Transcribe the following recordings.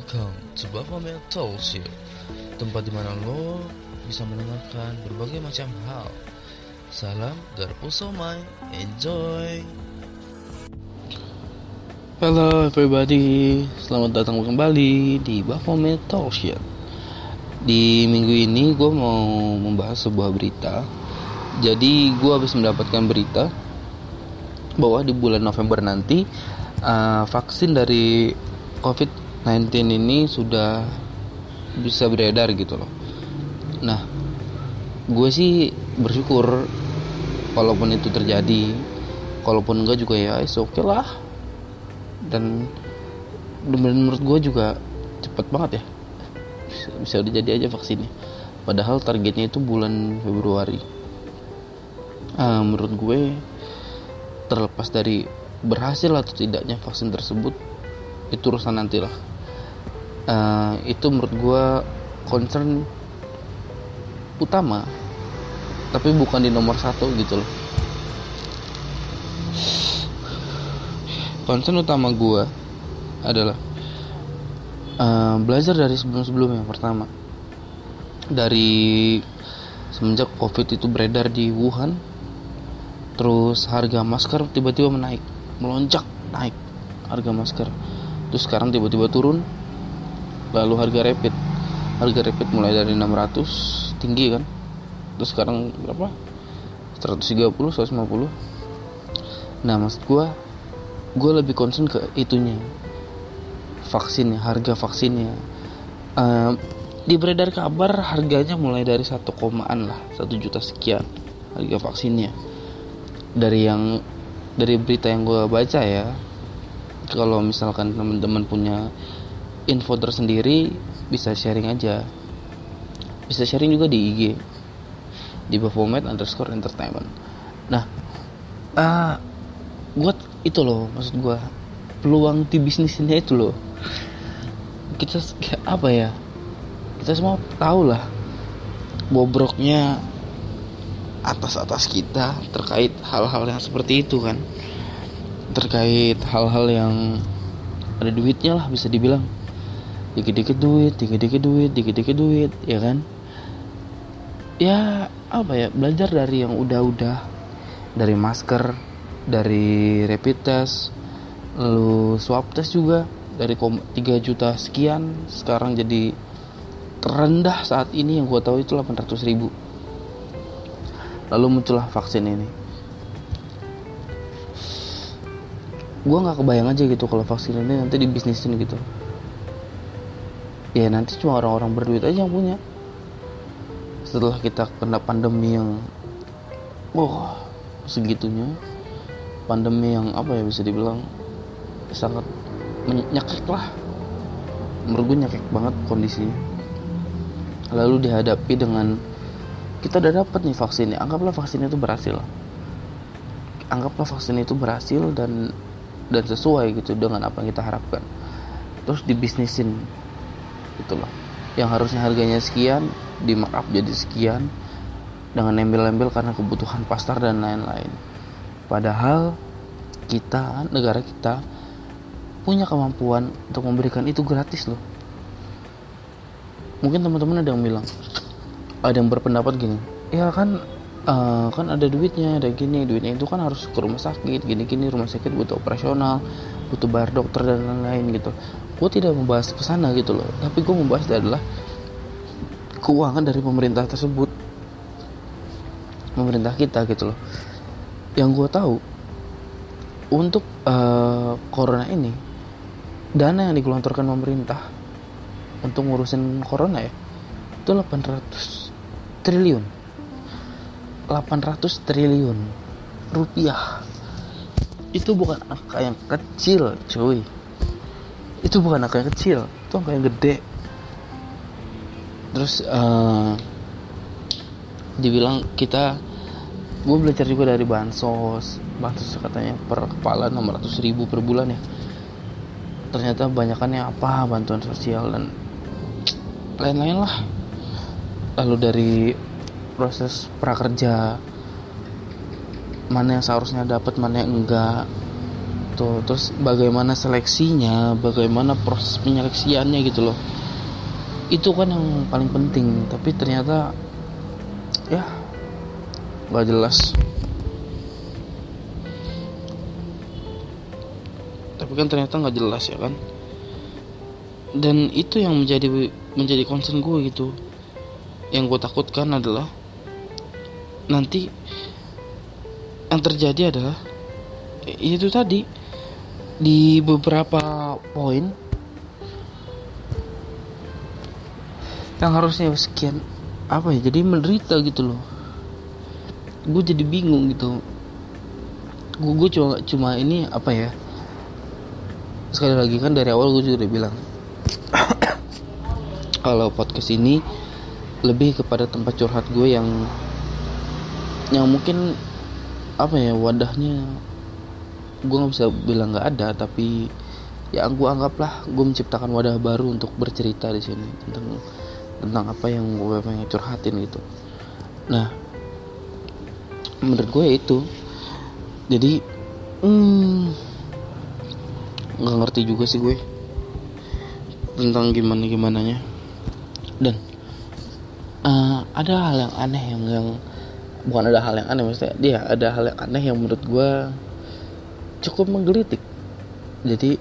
Welcome to Baphomet Talk Show, tempat dimana lo bisa mendengarkan berbagai macam hal. Salam Garpu Somai, enjoy! Halo everybody, selamat datang kembali di Baphomet Talk Show. Di minggu ini gue mau membahas sebuah berita. Jadi gue habis mendapatkan berita bahwa di bulan November nanti vaksin dari COVID-19 ini sudah bisa beredar gitu loh. Nah, gue sih bersyukur walaupun itu terjadi. Kalaupun enggak juga ya oke lah. Dan menurut gue juga cepet banget ya, bisa udah jadi aja vaksinnya. Padahal targetnya itu bulan Februari. Menurut gue terlepas dari berhasil atau tidaknya vaksin tersebut, itu urusan nanti lah. Itu menurut gue concern utama, tapi bukan di nomor 1 gitu loh. Concern utama gue adalah belajar dari sebelum-sebelumnya. Pertama, dari semenjak COVID itu beredar di Wuhan, terus harga masker tiba-tiba melonjak naik harga masker. Terus sekarang tiba-tiba turun. Lalu harga rapid mulai dari 600 tinggi kan, terus sekarang berapa? 130, 150. Nah, maksud gue lebih concern ke itunya, vaksinnya, harga vaksinnya. Beredar kabar harganya mulai dari 1 komaan lah, 1 juta sekian harga vaksinnya. Dari berita yang gue baca ya, kalau misalkan teman-teman punya info tersendiri bisa sharing aja, bisa sharing juga di IG di Baphomet_entertainment. Nah, gue itu loh, maksud gue peluang di bisnisnya itu loh. Kita apa ya, kita semua tahu lah bobroknya atas kita terkait hal-hal yang seperti itu kan, terkait hal-hal yang ada duitnya lah, bisa dibilang dikit-dikit duit ya kan. Ya apa ya, belajar dari yang udah dari masker, dari rapid test, lalu swab test juga dari 3 juta sekian sekarang jadi terendah saat ini yang gue tahu itu 800.000. Lalu muncullah vaksin ini. Gue nggak kebayang aja gitu kalau vaksin ini nanti dibisnisin gitu. Ya nanti cuma orang-orang berduit aja yang punya. Setelah kita kena pandemi yang segitunya, pandemi yang apa ya, bisa dibilang sangat nyekek lah. Menurut gue nyekek banget kondisinya. Lalu dihadapi dengan kita udah dapet nih vaksinnya, anggaplah vaksin itu berhasil dan sesuai gitu dengan apa yang kita harapkan. Terus dibisnisin itulah, yang harusnya harganya sekian di markup jadi sekian dengan embel-embel karena kebutuhan pasar dan lain-lain. Padahal kita, negara kita punya kemampuan untuk memberikan itu gratis loh. Mungkin teman-teman ada yang berpendapat gini, ya kan kan ada duitnya, duitnya itu kan harus ke rumah sakit, gini rumah sakit butuh operasional, butuh bayar dokter dan lain-lain gitu. Gue tidak membahas kesana gitu loh, tapi gue membahas adalah keuangan dari pemerintah tersebut, pemerintah kita gitu loh. Yang gue tahu untuk corona ini, dana yang digelontorkan pemerintah untuk ngurusin corona ya, itu 800 triliun rupiah. Itu bukan angka yang kecil cuy, itu bukan angka yang kecil, itu angka yang gede. Terus dibilang gue belajar juga dari bansos katanya per kepala 600.000 per bulan ya. Ternyata banyakannya apa, bantuan sosial dan lain-lain lah. Lalu dari proses prakerja, mana yang seharusnya dapat, mana yang enggak. gitu, terus bagaimana seleksinya, bagaimana proses penyeleksiannya gitu loh. Itu kan yang paling penting, tapi ternyata ya nggak jelas. Tapi kan ternyata nggak jelas ya kan. Dan itu yang menjadi concern gue gitu. Yang gue takutkan adalah nanti yang terjadi adalah itu tadi, di beberapa poin yang harusnya sekian jadi menderita gitu loh. Gue jadi bingung gitu. Gue cuma ini sekali lagi kan dari awal gue juga udah bilang kalau podcast ini lebih kepada tempat curhat gue yang mungkin wadahnya gue nggak bisa bilang nggak ada, tapi ya gue anggaplah gue menciptakan wadah baru untuk bercerita di sini tentang apa yang gue pengen curhatin gitu. Nah, menurut gue itu jadi nggak ngerti juga sih gue tentang gimananya. Dan ada hal yang aneh yang bukan ada hal yang aneh, maksudnya ada hal yang aneh yang menurut gue cukup menggelitik. Jadi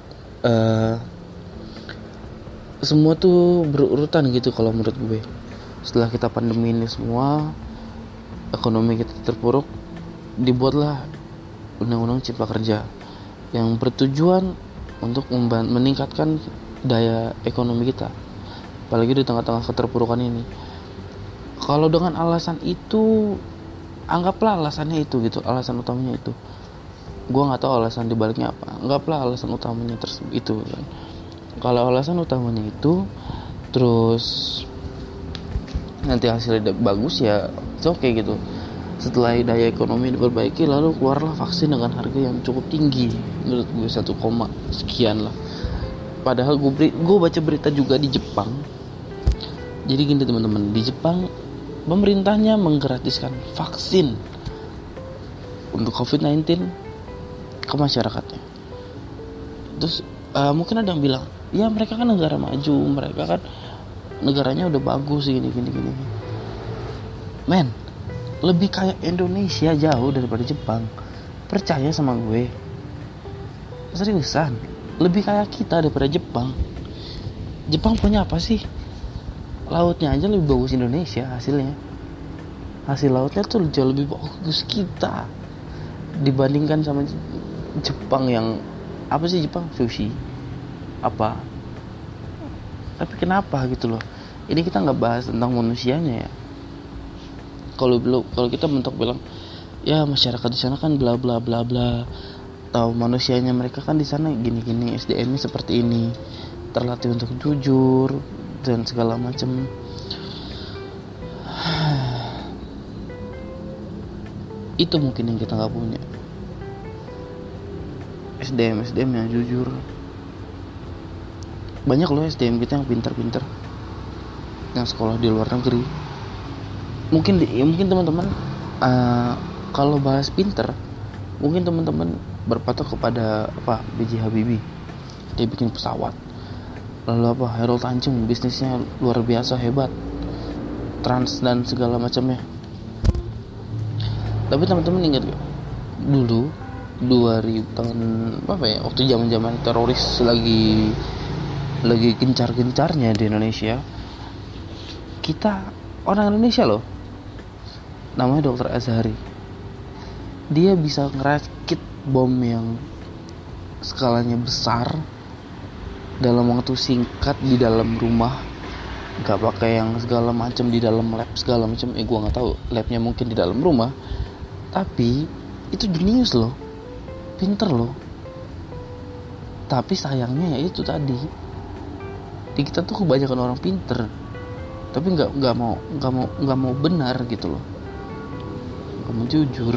semua tuh berurutan gitu kalau menurut gue. Setelah kita pandemi ini semua, ekonomi kita terpuruk, dibuatlah undang-undang cipta kerja yang bertujuan untuk meningkatkan daya ekonomi kita, apalagi di tengah-tengah keterpurukan ini. Kalau dengan alasan itu, anggaplah alasannya itu gitu, alasan utamanya itu. Gue nggak tahu alasan dibaliknya apa. Anggaplah alasan utamanya itu kan. Kalau alasan utamanya itu, terus nanti hasilnya bagus ya, oke gitu. Setelah daya ekonomi diperbaiki, lalu keluarlah vaksin dengan harga yang cukup tinggi, menurut gue 1, sekian lah. Padahal gue baca berita juga di Jepang. Jadi gini teman-teman, di Jepang pemerintahnya menggratiskan vaksin untuk COVID-19 ke masyarakatnya. Terus mungkin ada yang bilang, ya mereka kan negara maju, mereka kan negaranya udah bagus gini. Men, lebih kayak Indonesia jauh daripada Jepang. Percaya sama gue, seriusan, lebih kayak kita daripada Jepang. Jepang punya apa sih? Lautnya aja lebih bagus Indonesia hasilnya. Hasil lautnya tuh jauh lebih bagus kita dibandingkan sama Jepang yang Jepang sushi apa. Tapi kenapa gitu loh? Ini kita nggak bahas tentang manusianya ya. Kalau kita mentok bilang ya masyarakat di sana kan bla bla bla bla, tahu manusianya mereka kan di sana gini SDM-nya seperti ini, terlatih untuk jujur dan segala macam. Itu mungkin yang kita nggak punya, SDM yang jujur. Banyak loh SDM kita yang pintar-pintar, yang sekolah di luar negeri. Mungkin teman-teman kalau bahas pintar, mungkin teman-teman berpatok kepada B.J. Habibie, dia bikin pesawat. Lalu Hairul Tanjung, bisnisnya luar biasa hebat, trans dan segala macamnya. Tapi teman-teman ingat gak, dulu 2000 tahun waktu zaman teroris lagi gencar-gencarnya di Indonesia, kita orang Indonesia loh, namanya Dr. Azhari, dia bisa ngerakit bom yang skalanya besar dalam waktu singkat di dalam rumah, nggak pakai yang segala macam di dalam lab segala macam. Gue nggak tahu labnya, mungkin di dalam rumah, tapi itu jenius loh, pinter loh. Tapi sayangnya ya itu tadi, di kita tuh kebanyakan orang pinter tapi nggak mau benar gitu loh, nggak mau jujur.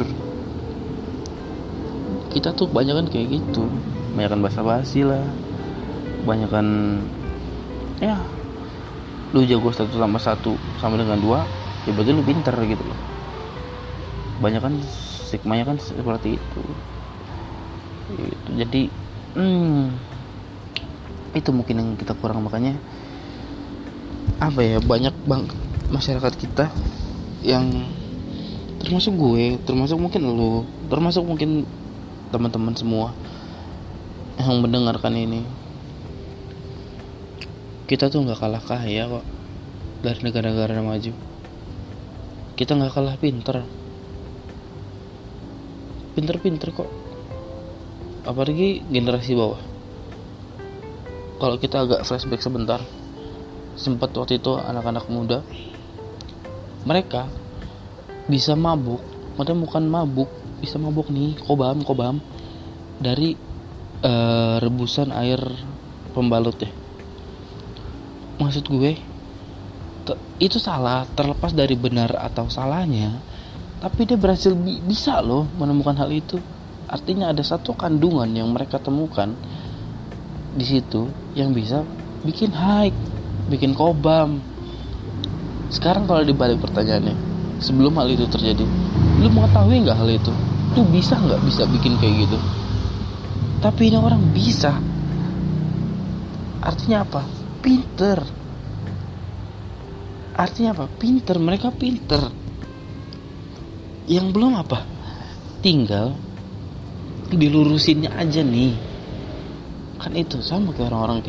Kita tuh kebanyakan kayak gitu, kebanyakan basa-basi lah, kebanyakan ya lu jago 1 sama 1 sama dengan 2 ya berarti lu pinter gitu loh. Kebanyakan stigmanya kan seperti itu. Jadi itu mungkin yang kita kurang, makanya banyak banget masyarakat kita yang termasuk gue, termasuk mungkin lo, termasuk mungkin teman-teman semua yang mendengarkan ini, kita tuh nggak kalah kaya kok dari negara-negara maju. Kita nggak kalah pinter kok, apalagi generasi bawah. Kalau kita agak flashback sebentar, sempat waktu itu anak-anak muda mereka bisa mabuk, padahal bukan mabuk, bisa mabuk nih kobam dari rebusan air pembalut ya. Maksud gue itu salah, terlepas dari benar atau salahnya, tapi dia berhasil bisa loh menemukan hal itu. Artinya ada satu kandungan yang mereka temukan di situ yang bisa bikin high, bikin kobam. Sekarang kalau dibalik pertanyaannya, sebelum hal itu terjadi, lu mengetahui nggak hal itu? Lu bisa nggak bisa bikin kayak gitu? Tapi ini orang bisa. Artinya apa? Pinter. Mereka pinter. Yang belum apa? Tinggal dilurusinnya aja nih. Kan itu sama kayak orang-orang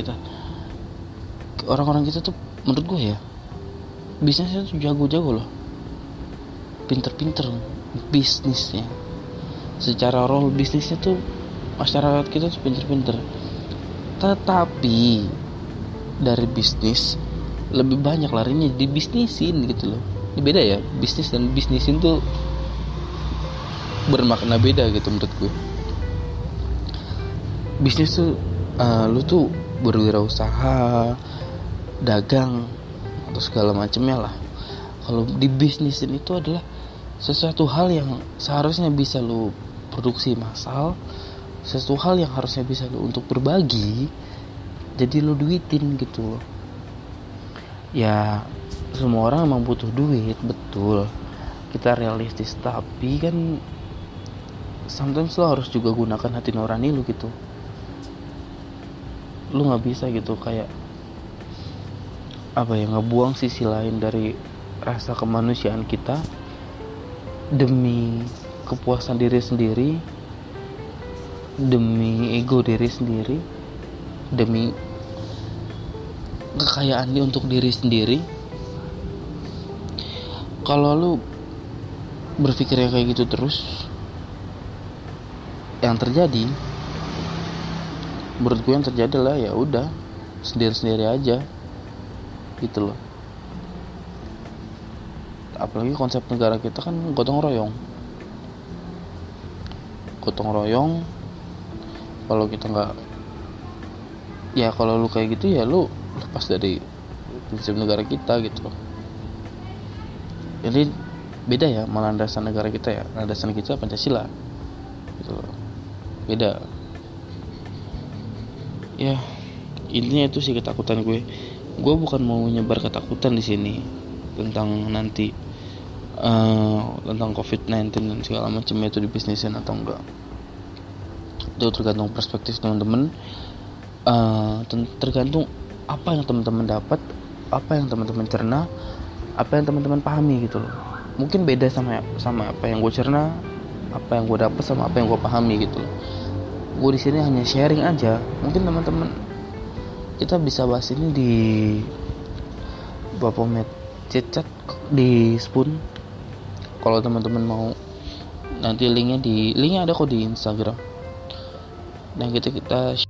kita tuh menurut gue ya, bisnisnya tuh jago-jago loh, pinter-pinter bisnisnya. Secara role bisnisnya tuh masyarakat kita tuh pinter-pinter. Tetapi dari bisnis lebih banyak larinya dibisnisin gitu loh. Ini beda ya, bisnis dan bisnisin tuh bermakna beda gitu menurut gue. Bisnis tuh lu tuh berwirausaha, dagang atau segala macamnya lah. Kalau di bisnisin itu adalah sesuatu hal yang seharusnya bisa lu produksi massal, sesuatu hal yang harusnya bisa lu untuk berbagi, jadi lu duitin gitu loh. Ya semua orang emang butuh duit, betul, kita realistis, tapi kan sometimes lu harus juga gunakan hati nurani lu gitu. Lu nggak bisa gitu kayak ngebuang sisi lain dari rasa kemanusiaan kita demi kepuasan diri sendiri, demi ego diri sendiri, demi kekayaan untuk diri sendiri. Kalau lu berpikirnya kayak gitu terus, yang terjadi menurut gue adalah ya udah sendiri-sendiri aja gitu loh. Apalagi konsep negara kita kan gotong royong. Kalau kita nggak, ya kalau lu kayak gitu ya lu lepas dari prinsip negara kita gitu loh. Jadi beda ya sama landasan negara kita ya. Landasan kita Pancasila gitu loh. Beda. Ya intinya itu sih ketakutan gue. Gue bukan mau nyebar ketakutan di sini tentang nanti tentang COVID-19 dan segala macamnya itu dibisnisin atau enggak. Itu tergantung perspektif teman-teman, tergantung apa yang teman-teman dapat, apa yang teman-teman cerna, apa yang teman-teman pahami gitu loh. Mungkin beda sama apa yang gue cerna, apa yang gue dapat sama apa yang gue pahami gitu loh. Gue di sini hanya sharing aja. Mungkin teman-teman kita bisa bahas ini di Bapomet chat di Spoon. Kalau teman-teman mau, nanti linknya ada kok di Instagram. Dan kita